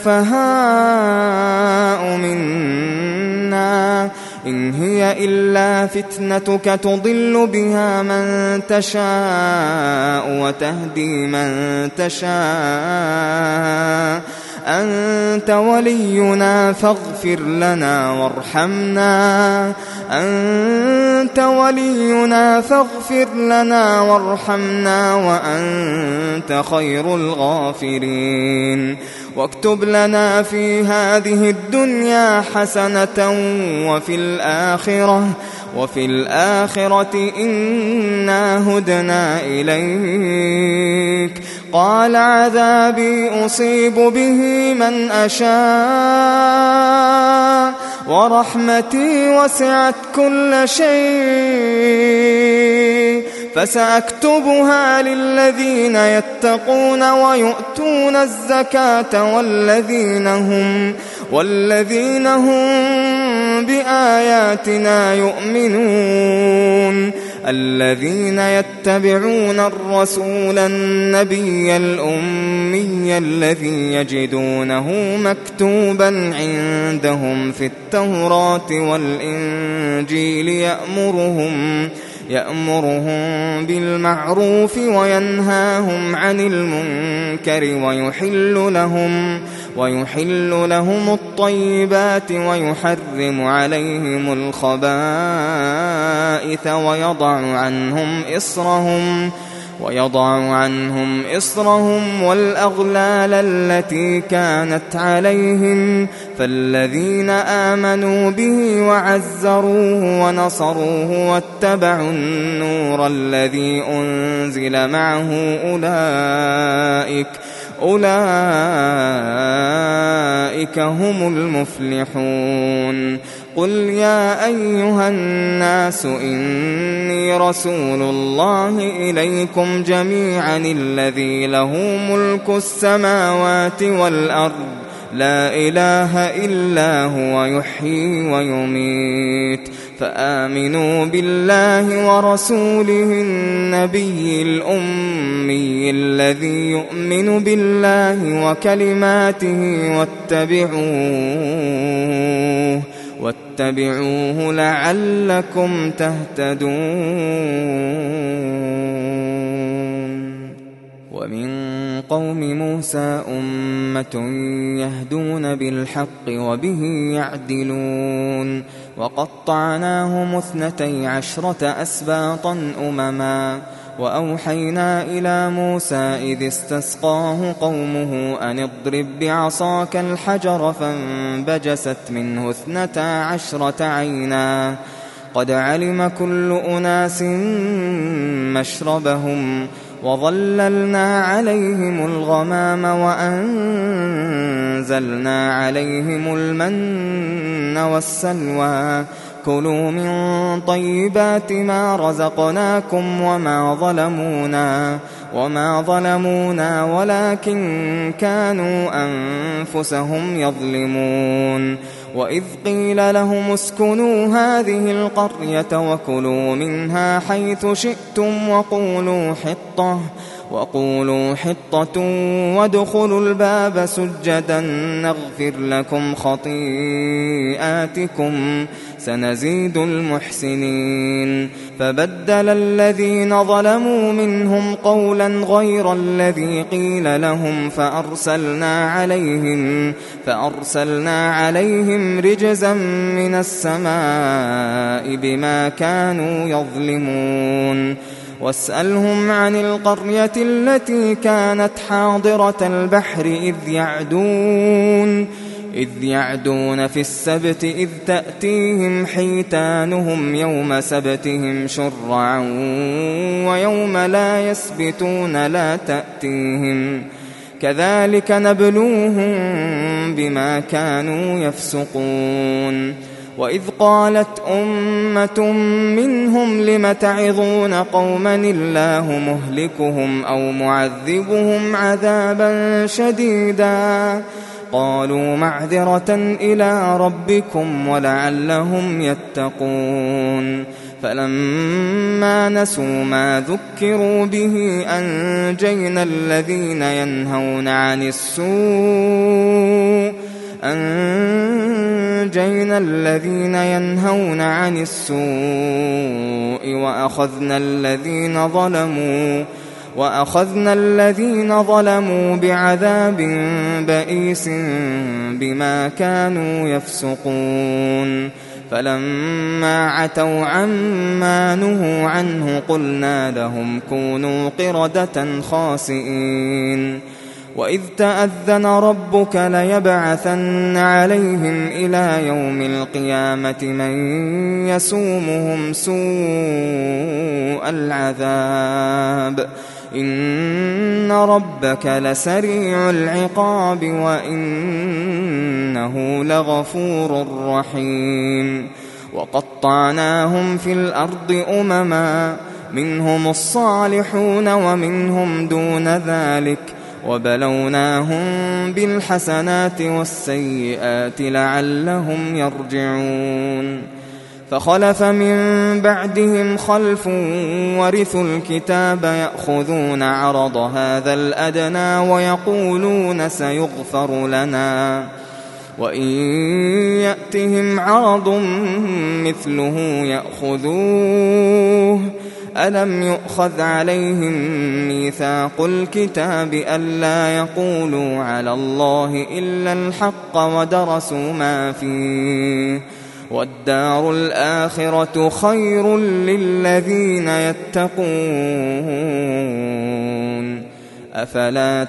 السفهاء منا إن هي إلا فتنتك تضل بها من تشاء وتهدي من تشاء أنت ولينا فاغفر لنا وارحمنا أنت ولينا فاغفر لنا وارحمنا وأنت خير الغافرين واكتب لنا في هذه الدنيا حسنة وفي الآخرة وفي الآخرة إنا هدنا إليك قال عذابي أصيب به من أشاء ورحمتي وسعت كل شيء فسأكتبها للذين يتقون ويؤتون الزكاة والذين هم والذين هم بآياتنا يؤمنون الذين يتبعون الرسول النبي الأمي الذي يجدونه مكتوبا عندهم في التوراة والإنجيل يأمرهم يأمرهم بالمعروف وينهاهم عن المنكر ويحل لهم ويحل لهم الطيبات ويحرم عليهم الخبائث ويضع عنهم إصرهم ويضع عنهم إصرهم والأغلال التي كانت عليهم فالذين آمنوا به وعزروه ونصروه واتبعوا النور الذي أنزل معه أولئك أولئك هم المفلحون قل يا أيها الناس إني رسول الله إليكم جميعا الذي له ملك السماوات والأرض لا إله إلا هو يحيي ويميت فآمنوا بالله ورسوله النبي الأمي الذي يؤمن بالله وكلماته واتبعوه واتبعوه لعلكم تهتدون ومن قوم موسى أمة يهدون بالحق وبه يعدلون وقطعناهم اثنتي عشرة أسباطا أمما وأوحينا إلى موسى إذ استسقاه قومه أن اضرب بعصاك الحجر فانبجست منه اثنتا عشرة عينا قد علم كل أناس مشربهم وظللنا عليهم الغمام وأنزلنا عليهم المن والسلوى كلوا من طيبات ما رزقناكم وما ظلمونا وما ظلمونا ولكن كانوا أنفسهم يظلمون وإذ قيل لهم اسكنوا هذه القرية وكلوا منها حيث شئتم وقولوا حطة وقولوا حطة وادخلوا الباب سجدا نغفر لكم خطيئاتكم سنزيد المحسنين فبدل الذين ظلموا منهم قولا غير الذي قيل لهم فأرسلنا عليهم فأرسلنا عليهم رجزا من السماء بما كانوا يظلمون واسألهم عن القرية التي كانت حاضرة البحر إذ يعدون إذ يعدون في السبت إذ تأتيهم حيتانهم يوم سبتهم شرعا ويوم لا يسبتون لا تأتيهم كذلك نبلوهم بما كانوا يفسقون وإذ قالت أمة منهم لم تعظون قوما الله مهلكهم أو معذبهم عذابا شديدا قالوا معذرة إلى ربكم ولعلهم يتقون فلما نسوا ما ذكروا به أنجينا الذين ينهون عن السوء أنجينا الذين ينهون عن السوء وأخذنا الذين ظلموا وأخذنا الذين ظلموا بعذاب بئيس بما كانوا يفسقون فلما عتوا عما نهوا عنه قلنا لهم كونوا قردة خاسئين وإذ تأذن ربك ليبعثن عليهم إلى يوم القيامة من يسومهم سوء العذاب إن ربك لسريع العقاب وإنه لغفور رحيم وقطعناهم في الأرض أمما منهم الصالحون ومنهم دون ذلك وبلوناهم بالحسنات والسيئات لعلهم يرجعون فخلف من بعدهم خلف ورثوا الكتاب يأخذون عرض هذا الأدنى ويقولون سيغفر لنا وإن يأتهم عرض مثله يأخذوه ألم يؤخذ عليهم ميثاق الكتاب ألا يقولوا على الله إلا الحق ودرسوا ما فيه والدار الآخرة خير للذين يتقون أفلا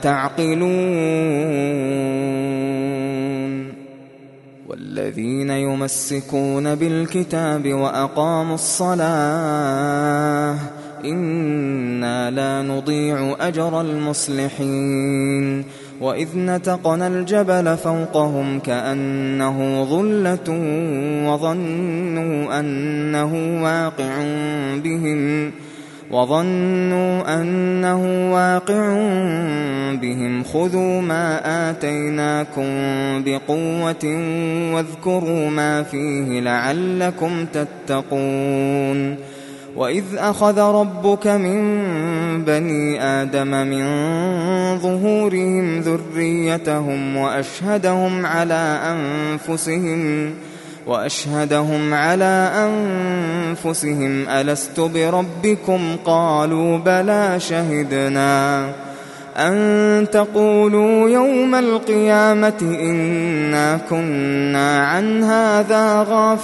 تعقلون والذين يمسكون بالكتاب وأقاموا الصلاة إنا لا نضيع أجر المصلحين وإذ نتقنا الجبل فوقهم كأنه ظلة وظنوا أنه واقع بهم وظنوا أنه واقع بهم خذوا ما آتيناكم بقوة واذكروا ما فيه لعلكم تتقون وإذ أخذ ربك من بني آدم من ظهورهم ذريتهم وأشهدهم على أنفسهم وأشهدهم على أنفسهم ألست بربكم قالوا بلى شهدنا أن تقولوا يوم القيامة إنا كنا عن هذا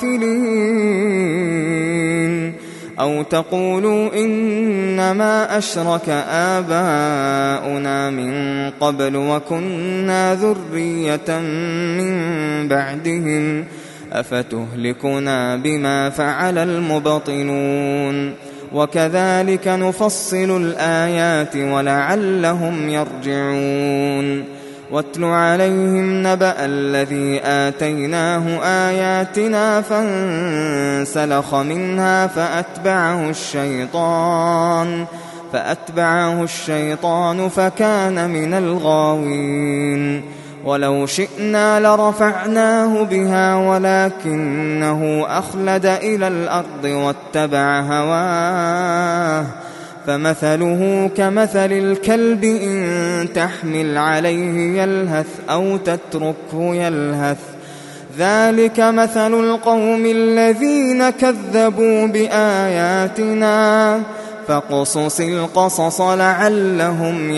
غافلين أو تقولوا إنما أشرك آباؤنا من قبل وكنا ذرية من بعدهم أفتهلكنا بما فعل المبطلون وكذلك نفصل الآيات ولعلهم يرجعون واتل عليهم نبأ الذي آتيناه آياتنا فانسلخ منها فأتبعه الشيطان فأتبعه الشيطان فكان من الغاوين ولو شئنا لرفعناه بها ولكنه أخلد إلى الأرض واتبع هواه فمثله كمثل الكلب إن تحمل عليه يلهث أو تتركه يلهث ذلك مثل القوم الذين كذبوا بآياتنا فاقصص القصص لعلهم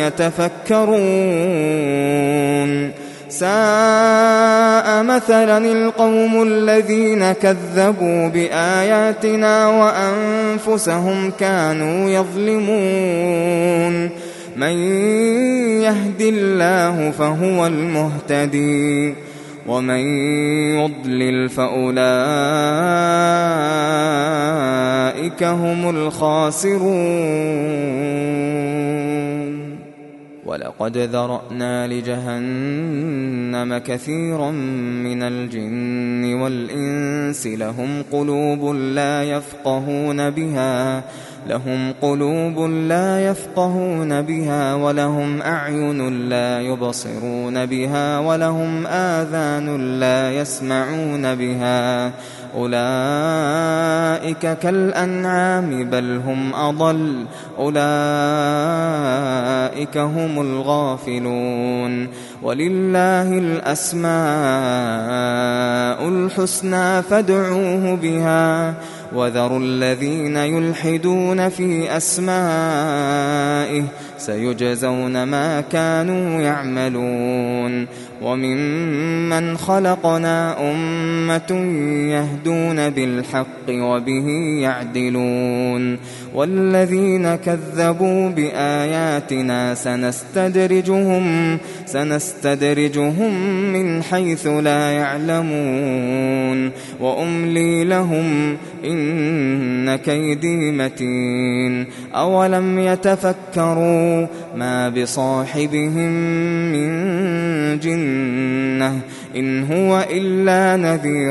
يتفكرون ساء مثلا القوم الذين كذبوا بآياتنا وأنفسهم كانوا يظلمون من يهد الله فهو المهتدي ومن يضلل فأولئك هم الخاسرون ولقد ذرأنا لجهنم كثيرا من الجن والإنس لهم قلوب لا يفقهون بها لهم قلوب لا يفقهون بها ولهم أعين لا يبصرون بها ولهم آذان لا يسمعون بها أولئك كالأنعام بل هم أضل أولئك هم الغافلون ولله الأسماء الحسنى فادعوه بها وذروا الذين يلحدون في أسمائه سيجزون ما كانوا يعملون وممن خلقنا أمة يهدون بالحق وبه يعدلون والذين كذبوا بآياتنا سنستدرجهم سنستدرجهم من حيث لا يعلمون وأملي لهم إن كيدي متين أولم يتفكروا ما بصاحبهم من جنة إن هو إلا نذير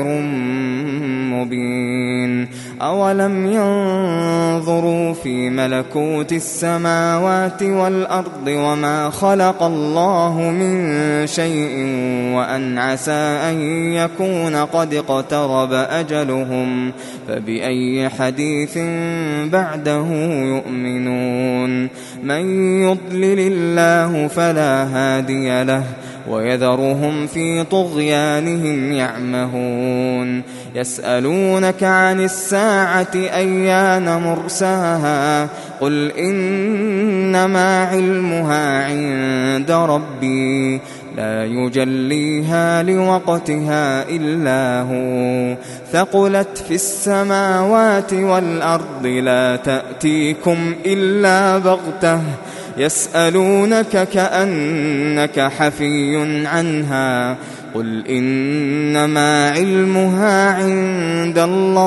مبين أولم ينظروا في ملكوت السماوات والأرض وما خلق الله من شيء وأن عسى أن يكون قد اقترب أجلهم فبأي حديث بعده يؤمنون من يضلل الله فلا هادي له ويذرهم في طغيانهم يعمهون يسألونك عن الساعة أيان مرساها قل إنما علمها عند ربي لا يجليها لوقتها إلا هو ثقلت في السماوات والأرض لا تأتيكم إلا بغتة يسألونك كأنك حفي عنها قل إنما علمها عند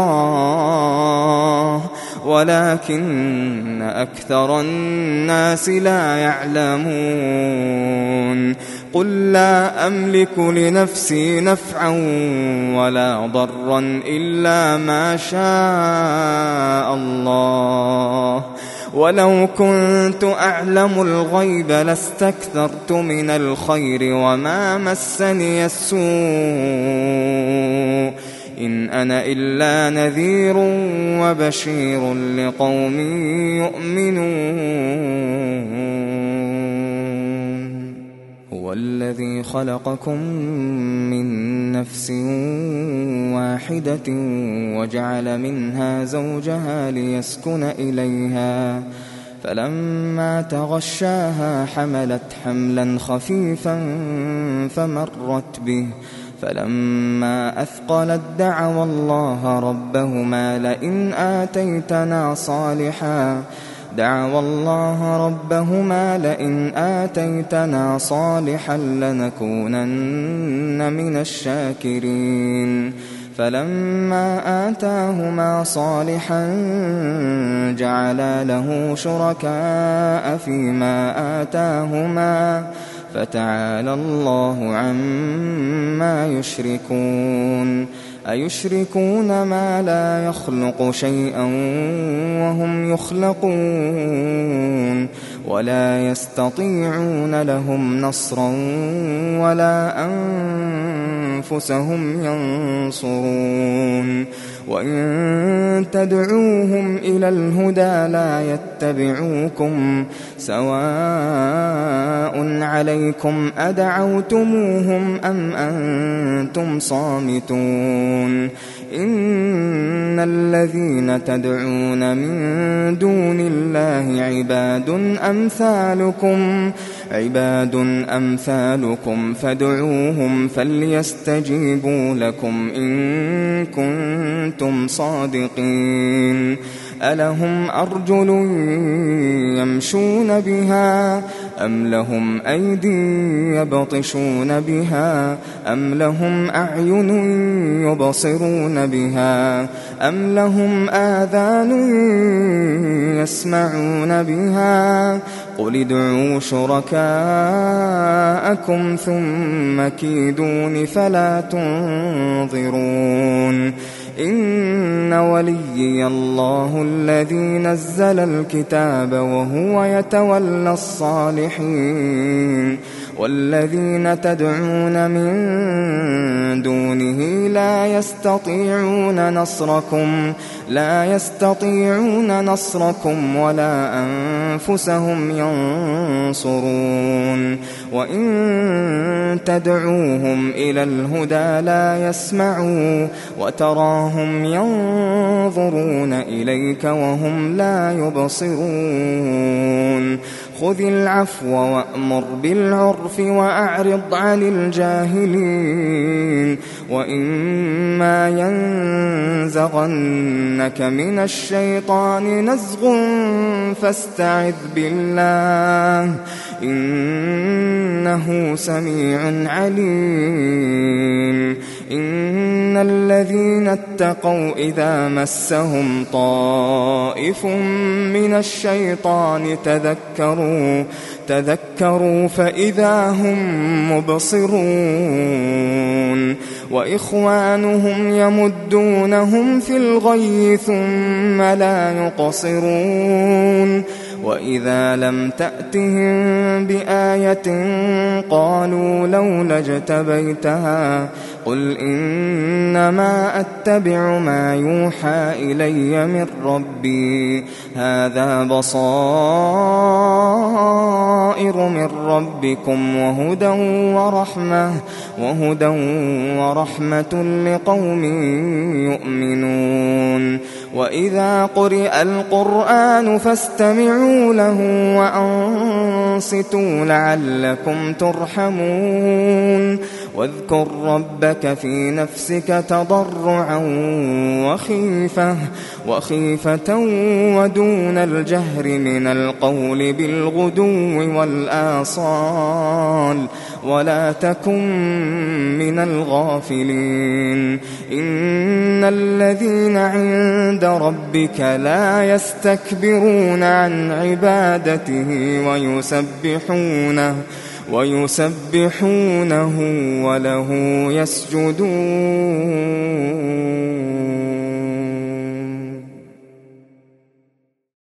الله ولكن أكثر الناس لا يعلمون قل لا أملك لنفسي نفعا ولا ضرا إلا ما شاء الله ولو كنت أعلم الغيب لاستكثرت من الخير وما مسني السوء إن أنا إلا نذير وبشير لقوم يؤمنون هو الذي خلقكم من نفس واحدة وجعل منها زوجها ليسكن إليها فلما تغشاها حملت حملا خفيفا فمرت به فلما أثقلت دعوا الله ربهما لئن آتيتنا صالحا دعوا الله ربهما لئن آتيتنا صالحا لنكونن من الشاكرين فلما آتاهما صالحا جعلا له شركاء فيما آتاهما فتعالى الله عما يشركون أيشركون ما لا يخلق شيئا وهم يخلقون ولا يستطيعون لهم نصرا ولا أنفسهم ينصرون وإن تدعوهم إلى الهدى لا يتبعوكم سواء عليكم أدعوتموهم أم أنتم صامتون إن الذين تدعون من دون الله عباد أمثالكم عباد أمثالكم فادعوهم فليستجيبوا لكم إن كنتم صادقين ألهم أرجل يمشون بها أم لهم أيدي يبطشون بها أم لهم أعين يبصرون بها أم لهم آذان يسمعون بها قل ادعوا شركاءكم ثم كيدون فلا تنظرون إن وليي الله الذي نزل الكتاب وهو يتولى الصالحين والذين تدعون من دونه لا يستطيعون نصركم لا يستطيعون نصركم ولا أنفسهم ينصرون وإن تدعوهم إلى الهدى لا يسمعوا وتراهم ينظرون إليك وهم لا يبصرون خذ العفو وأمر بالعرف وأعرض عن الجاهلين وإما ينزغنك من الشيطان نزغ فاستعذ بالله إنه سميع عليم إن الذين اتقوا إذا مسهم طائف من الشيطان تذكروا تذكروا فإذا هم مبصرون وإخوانهم يمدونهم في الغي ثم لا يقصرون وإذا لم تأتهم بآية قالوا لولا اجتبيتها قل إنما أتبع ما يوحى إلي من ربي هذا بصائر من ربكم وهدى ورحمة وهدى ورحمة لقوم يؤمنون وإذا قرئ القرآن فاستمعوا له وأنصتوا لعلكم ترحمون واذكر ربك في نفسك تضرعا وخيفة وخيفة ودون الجهر من القول بالغدو والآصال ولا تكن من الغافلين إن الذين عند ربك لا يستكبرون عن عبادته ويسبحونه ويسبحونه وله يسجدون.